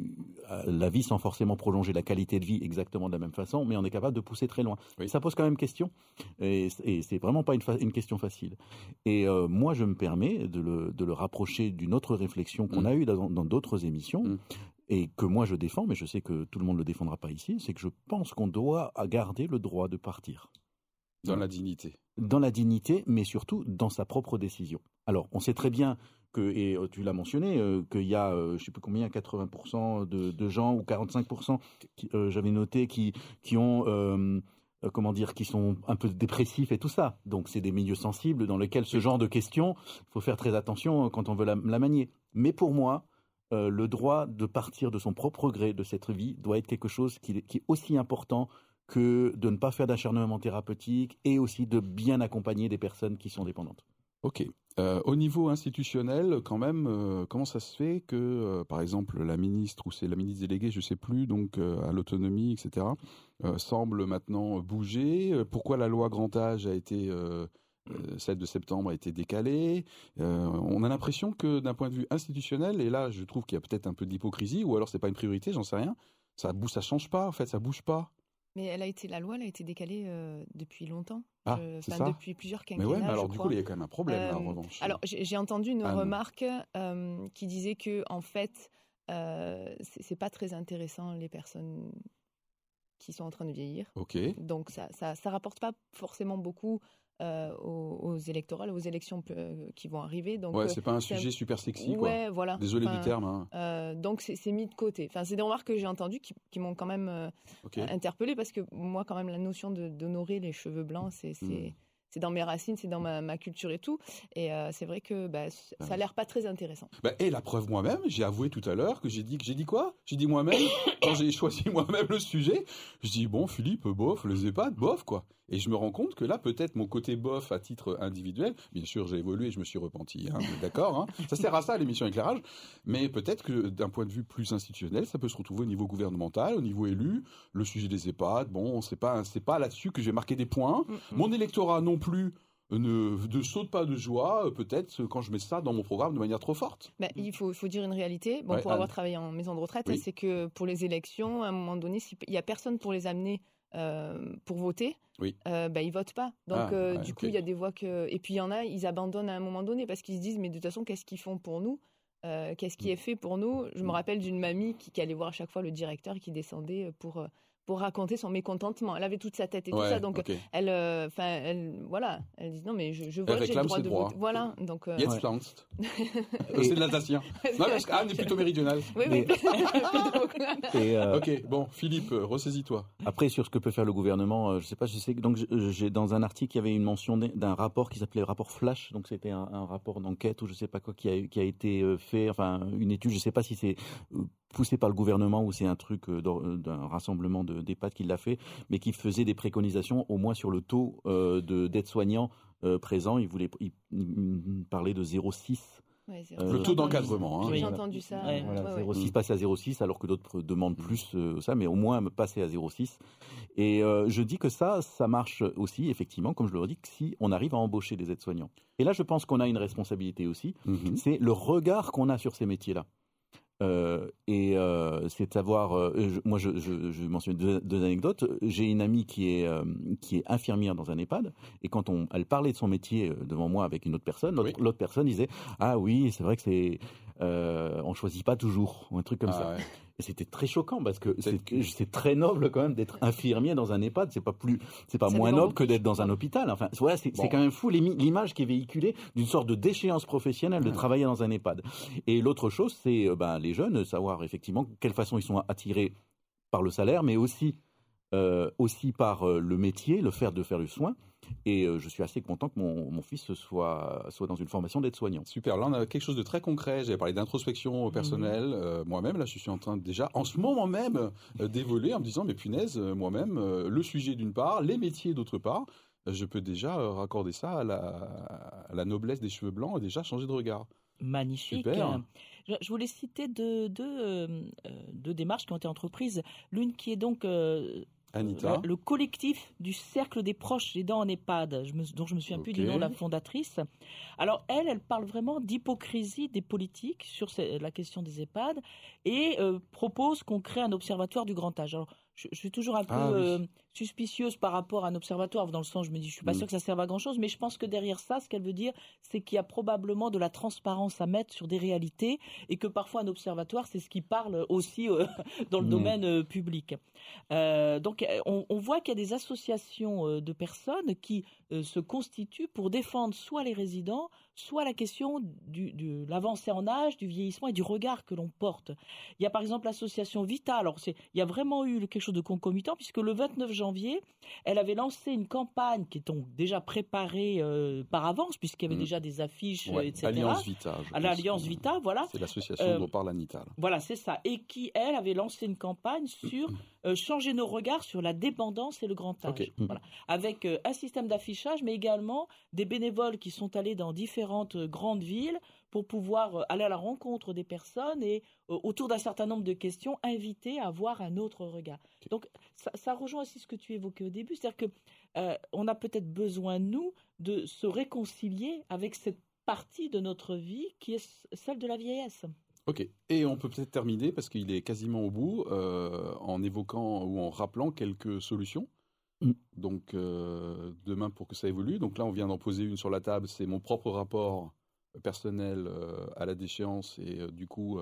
vie sans forcément prolonger la qualité de vie exactement de la même façon, mais on est capable de pousser très loin. Oui. Ça pose quand même question, et c'est vraiment pas une question facile. Et moi, je me permets de le rapprocher d'une autre réflexion qu'on a eue dans d'autres émissions et que moi je défends, mais je sais que tout le monde ne le défendra pas ici, c'est que je pense qu'on doit garder le droit de partir. Dans la dignité. Dans la dignité, mais surtout dans sa propre décision. Alors, on sait très bien et tu l'as mentionné, qu'il y a, je ne sais plus combien, 80% de gens, ou 45%, j'avais noté, qui ont... qui sont un peu dépressifs et tout ça. Donc, c'est des milieux sensibles dans lesquels ce genre de questions, il faut faire très attention quand on veut la manier. Mais pour moi, le droit de partir de son propre gré de cette vie doit être quelque chose qui est aussi important que de ne pas faire d'acharnement thérapeutique et aussi de bien accompagner des personnes qui sont dépendantes. Ok. Au niveau institutionnel, quand même, comment ça se fait que, par exemple, la ministre, ou c'est la ministre déléguée, je ne sais plus, donc à l'autonomie, etc., semble maintenant bouger? Pourquoi la loi grand âge a été, celle de septembre a été décalée? On a l'impression que d'un point de vue institutionnel, et là je trouve qu'il y a peut-être un peu d'hypocrisie, ou alors c'est pas une priorité, j'en sais rien, ça change pas, en fait, ça bouge pas. Mais la loi, elle a été décalée depuis longtemps. C'est ça. Depuis plusieurs quinquennats. Mais ouais, mais alors du coup, il y a quand même un problème là, en revanche. Alors, j'ai entendu une remarque qui disait que, en fait, c'est pas très intéressant les personnes qui sont en train de vieillir. Ok. Donc, ça rapporte pas forcément beaucoup aux électorales, aux élections qui vont arriver. Donc, ouais, c'est pas un sujet super sexy, quoi. Ouais, voilà. Désolé du terme. Hein. Donc, c'est mis de côté. Enfin, c'est des remarques que j'ai entendues qui m'ont quand même interpellée, parce que moi, quand même, la notion d'honorer les cheveux blancs, c'est dans mes racines, c'est dans ma culture et tout. Et c'est vrai que ça a l'air pas très intéressant. Et la preuve, moi-même, j'ai avoué tout à l'heure que j'ai dit quoi? J'ai dit moi-même, quand j'ai choisi moi-même le sujet, je dis bon, Philippe, bof, les EHPAD, bof, quoi. Et je me rends compte que là, peut-être mon côté bof à titre individuel, bien sûr, j'ai évolué, je me suis repenti, hein, d'accord, hein, ça sert à ça, l'émission Éclairage, mais peut-être que d'un point de vue plus institutionnel, ça peut se retrouver au niveau gouvernemental, au niveau élu, le sujet des EHPAD, bon, c'est pas là-dessus que j'ai marqué des points. Mon électorat non plus ne saute pas de joie, peut-être quand je mets ça dans mon programme de manière trop forte. Il faut dire une réalité, pour avoir travaillé en maison de retraite, c'est que pour les élections, à un moment donné, s'il n'y a personne pour les amener pour voter, ils votent pas. Donc du coup, il y a des voix et puis il y en a, ils abandonnent à un moment donné parce qu'ils se disent mais de toute façon, qu'est-ce qu'ils font pour nous? Qu'est-ce qui est fait pour nous? Je me rappelle d'une mamie qui allait voir à chaque fois le directeur qui descendait pour raconter son mécontentement. Elle avait toute sa tête et tout ça, donc elle dit non mais je vote, j'ai le droit de voter. Voilà, donc. Jetzt planst. C'est de l'alsacien. Non, parce qu'Anne est plutôt méridionale. Oui. Ok, bon, Philippe, ressaisis-toi. Après, sur ce que peut faire le gouvernement, je sais pas, donc j'ai dans un article, il y avait une mention d'un rapport qui s'appelait rapport Flash, donc c'était un rapport d'enquête ou je sais pas quoi qui a été fait, enfin une étude, je sais pas si c'est poussé par le gouvernement ou c'est un truc d'un rassemblement d'EHPAD qui l'a fait, mais qui faisait des préconisations au moins sur le taux d'aides-soignants présents. Il parlait de 0,6. Le taux d'encadrement. J'ai entendu ça. 0,6 passer à 0,6 alors que d'autres demandent plus ça, mais au moins passer à 0,6. Et je dis que ça marche aussi, effectivement, comme je le redis, si on arrive à embaucher des aides-soignants. Et là, je pense qu'on a une responsabilité aussi, c'est le regard qu'on a sur ces métiers-là. C'est de savoir, moi je mentionne deux anecdotes. J'ai une amie qui est infirmière dans un EHPAD, et quand elle parlait de son métier devant moi avec une autre personne, l'autre personne disait ah oui, c'est vrai que on choisit pas toujours, ou un truc comme ça. Ouais. c'était très choquant parce que c'est très noble quand même d'être infirmier dans un EHPAD. C'est pas moins noble que d'être dans un hôpital. Enfin, voilà, c'est quand même fou l'image qui est véhiculée d'une sorte de déchéance professionnelle de travailler dans un EHPAD. Et l'autre chose, c'est les jeunes, savoir effectivement quelle façon ils sont attirés par le salaire, mais aussi par le métier, le fait de faire du soin. Et je suis assez content que mon fils soit dans une formation d'aide-soignant. Super, là on a quelque chose de très concret. J'avais parlé d'introspection personnelle. Moi-même, là je suis en train déjà, en ce moment même, d'évoluer en me disant, mais punaise, moi-même, le sujet d'une part, les métiers d'autre part, je peux déjà raccorder ça à la noblesse des cheveux blancs et déjà changer de regard. Magnifique. Super. Je voulais citer deux démarches qui ont été entreprises. L'une qui est donc Anita. le collectif du cercle des proches aidants en EHPAD, dont je me souviens plus du nom de la fondatrice. Alors elle parle vraiment d'hypocrisie des politiques sur la question des EHPAD et propose qu'on crée un observatoire du grand âge. Alors, je suis toujours un peu suspicieuse par rapport à un observatoire, dans le sens je me dis je suis pas sûre que ça serve à grand chose, mais je pense que derrière ça, ce qu'elle veut dire, c'est qu'il y a probablement de la transparence à mettre sur des réalités et que parfois un observatoire, c'est ce qui parle aussi dans le domaine public. Donc on voit qu'il y a des associations de personnes qui se constituent pour défendre soit les résidents, soit la question de l'avancée en âge, du vieillissement et du regard que l'on porte. Il y a par exemple l'association Vita. Alors il y a vraiment eu quelque chose de concomitant puisque le 29 janvier, elle avait lancé une campagne qui est donc déjà préparée par avance puisqu'il y avait déjà des affiches, etc. Alliance Vita. L'Alliance Vita, voilà. C'est l'association dont parle Anita. Voilà, c'est ça. Et qui, elle, avait lancé une campagne sur changer nos regards sur la dépendance et le grand âge. Okay. Voilà. Avec un système d'affichage, mais également des bénévoles qui sont allés dans différentes grandes villes pour pouvoir aller à la rencontre des personnes et autour d'un certain nombre de questions, inviter à avoir un autre regard. Okay. Donc, ça rejoint aussi ce que tu évoquais au début, c'est-à-dire qu'on a peut-être besoin, nous, de se réconcilier avec cette partie de notre vie qui est celle de la vieillesse. Ok, et on peut peut-être terminer, parce qu'il est quasiment au bout, en évoquant ou en rappelant quelques solutions. Donc, demain, pour que ça évolue. Donc là, on vient d'en poser une sur la table, c'est mon propre rapport personnel à la déchéance et du coup,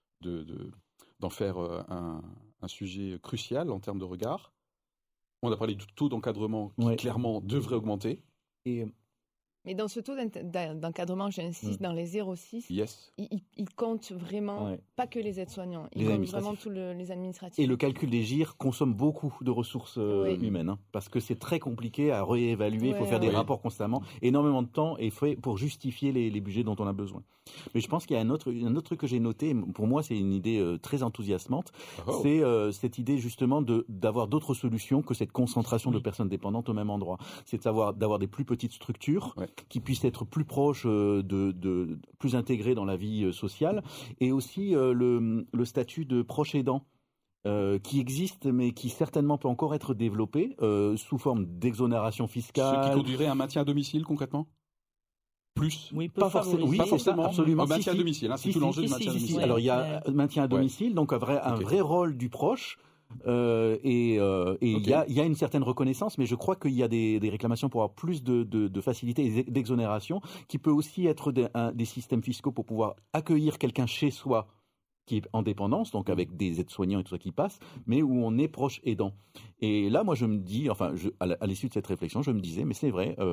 d'en faire un sujet crucial en termes de regard. On a parlé du taux d'encadrement qui, clairement, devrait augmenter. Mais dans ce taux d'encadrement, j'insiste, dans les 0,6, il compte vraiment pas que les aides-soignants, il compte vraiment tous les administratifs. Et le calcul des GIR consomme beaucoup de ressources humaines, parce que c'est très compliqué à réévaluer, il faut faire des rapports constamment, énormément de temps est fait pour justifier les budgets dont on a besoin. Mais je pense qu'il y a un autre truc que j'ai noté, pour moi c'est une idée très enthousiasmante, c'est cette idée justement d'avoir d'autres solutions que cette concentration de personnes dépendantes au même endroit. C'est d'avoir des plus petites structures, qui puissent être plus proches, plus intégrés dans la vie sociale, et aussi le statut de proche aidant qui existe, mais qui certainement peut encore être développé sous forme d'exonération fiscale. Ce qui conduirait à un maintien à domicile concrètement ? Plus pas forcément, absolument. Maintien à domicile, c'est tout l'enjeu du maintien à domicile. Alors il y a maintien à domicile, donc un vrai rôle du proche. Il y a une certaine reconnaissance, mais je crois qu'il y a des réclamations pour avoir plus de facilité et d'exonération, qui peut aussi être des systèmes fiscaux pour pouvoir accueillir quelqu'un chez soi qui est en dépendance, donc avec des aides-soignants et tout ça qui passe, mais où on est proche aidant. Et là, moi, je me dis, à l'issue de cette réflexion, je me disais, mais c'est vrai,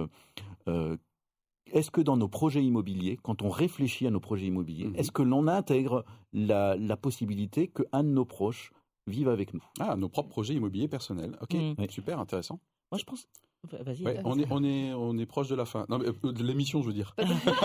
est-ce que dans nos projets immobiliers, quand on réfléchit à nos projets immobiliers, est-ce que l'on intègre la possibilité qu'un de nos proches vive avec nous. Nos propres projets immobiliers personnels. Ok, super intéressant. Moi, je pense. Vas-y. On est proche de la fin. Non, mais, de l'émission, je veux dire.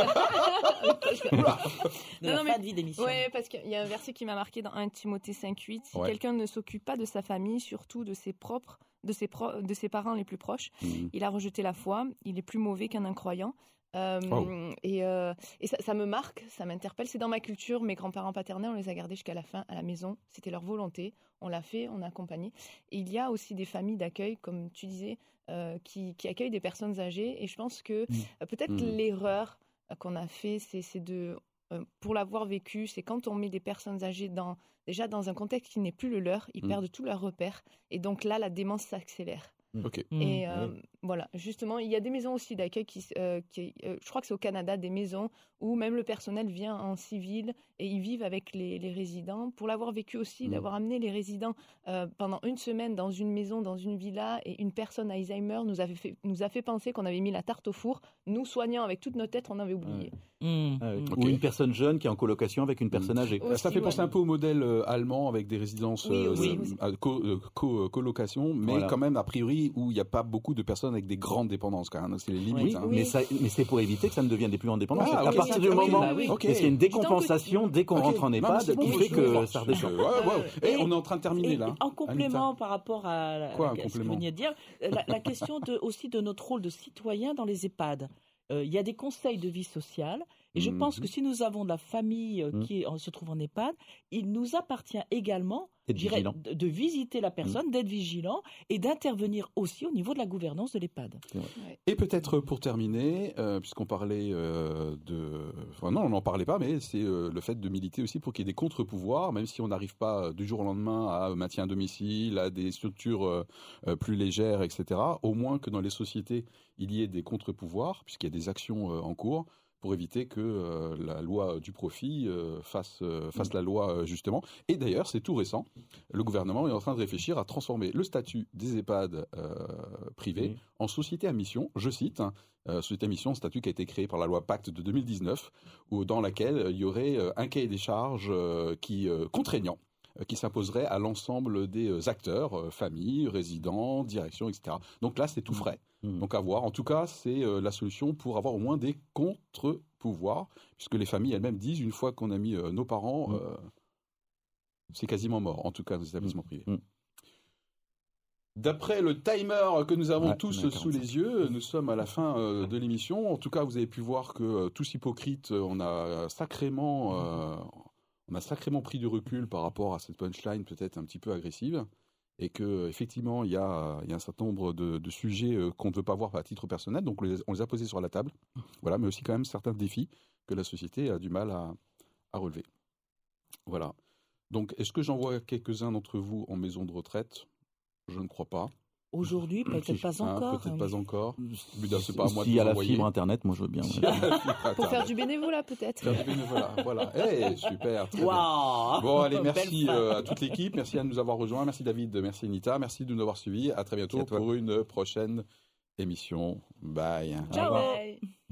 Fin de vie d'émission. Oui, parce qu'il y a un verset qui m'a marqué dans 1 Timothée 5,8. Si quelqu'un ne s'occupe pas de sa famille, surtout de ses parents les plus proches, il a rejeté la foi. Il est plus mauvais qu'un incroyant. Et ça me marque, ça m'interpelle. C'est dans ma culture. Mes grands-parents paternels, on les a gardés jusqu'à la fin à la maison. C'était leur volonté. On l'a fait, on a accompagné. Et il y a aussi des familles d'accueil, comme tu disais, qui accueillent des personnes âgées. Et je pense que peut-être l'erreur qu'on a fait, c'est de, pour l'avoir vécu, c'est quand on met des personnes âgées déjà dans un contexte qui n'est plus le leur, ils perdent tous leurs repères. Et donc là, la démence s'accélère. Okay. Et Voilà, justement, il y a des maisons aussi d'accueil je crois que c'est au Canada, des maisons où même le personnel vient en civil et ils vivent avec les résidents. Pour l'avoir vécu aussi, d'avoir amené les résidents pendant une semaine dans une maison, dans une villa, et une personne Alzheimer nous a fait penser qu'on avait mis la tarte au four. Nous, soignants, avec toute notre tête, on avait oublié. Ou une personne jeune qui est en colocation avec une personne âgée. Aussi, ça fait penser un peu au modèle allemand avec des résidences colocation, mais Voilà. quand même, a priori, où il n'y a pas beaucoup de personnes avec des grandes dépendances, quand même. C'est les limites. Oui, mais c'est pour éviter que ça ne devienne des plus grandes dépendances. Ah, à ok, partir du oui, moment bah oui. où il y a une décompensation dès qu'on rentre en Non, mais EHPAD c'est qui bon, fait je que vois. ça redescend. Et on est en train de terminer, là. En complément Anita. par rapport à Quoi, un ce que vous complément veniez de dire, la question aussi de notre rôle de citoyen dans les EHPAD. Il y a des conseils de vie sociale. Et je pense que si nous avons de la famille qui se trouve en EHPAD, il nous appartient également de visiter la personne, d'être vigilant et d'intervenir aussi au niveau de la gouvernance de l'EHPAD. Et peut-être pour terminer, puisqu'on parlait Enfin non, on n'en parlait pas, mais c'est le fait de militer aussi pour qu'il y ait des contre-pouvoirs, même si on n'arrive pas du jour au lendemain à un maintien à domicile, à des structures plus légères, etc. Au moins que dans les sociétés, il y ait des contre-pouvoirs, puisqu'il y a des actions en cours, pour éviter que la loi du profit fasse la loi, justement. Et d'ailleurs, c'est tout récent. Le gouvernement est en train de réfléchir à transformer le statut des EHPAD privés en société à mission, je cite, société à mission, statut qui a été créé par la loi Pacte de 2019, dans laquelle il y aurait un cahier des charges contraignant, qui s'imposerait à l'ensemble des acteurs, familles, résidents, direction, etc. Donc là, c'est tout frais. Donc à voir. En tout cas, c'est la solution pour avoir au moins des contre-pouvoirs, puisque les familles elles-mêmes disent, une fois qu'on a mis nos parents, c'est quasiment mort, en tout cas dans les établissements privés. D'après le timer que nous avons tous sous les yeux, nous sommes à la fin de l'émission. En tout cas, vous avez pu voir que tous hypocrites, on a sacrément pris du recul par rapport à cette punchline peut-être un petit peu agressive, et que effectivement il y a un certain nombre de sujets qu'on ne veut pas voir à titre personnel, donc on les a posés sur la table. Voilà, mais aussi quand même certains défis que la société a du mal à relever. Voilà. Donc, est-ce que j'envoie quelques-uns d'entre vous en maison de retraite ? Je ne crois pas. Aujourd'hui, peut-être pas encore. Peut-être pas encore. C'est pas à moi de S'il y a vous la envoyer. fibre internet, moi je veux bien. Pour faire du bénévolat, peut-être. Faire du bénévolat, voilà. Super. Très bien. Wow. Bon, allez, merci Belle fin. à toute l'équipe. Merci à nous avoir rejoints. Merci David, merci Anita. Merci de nous avoir suivis. À très bientôt Merci à toi. pour une prochaine émission. Bye. Ciao. Bye.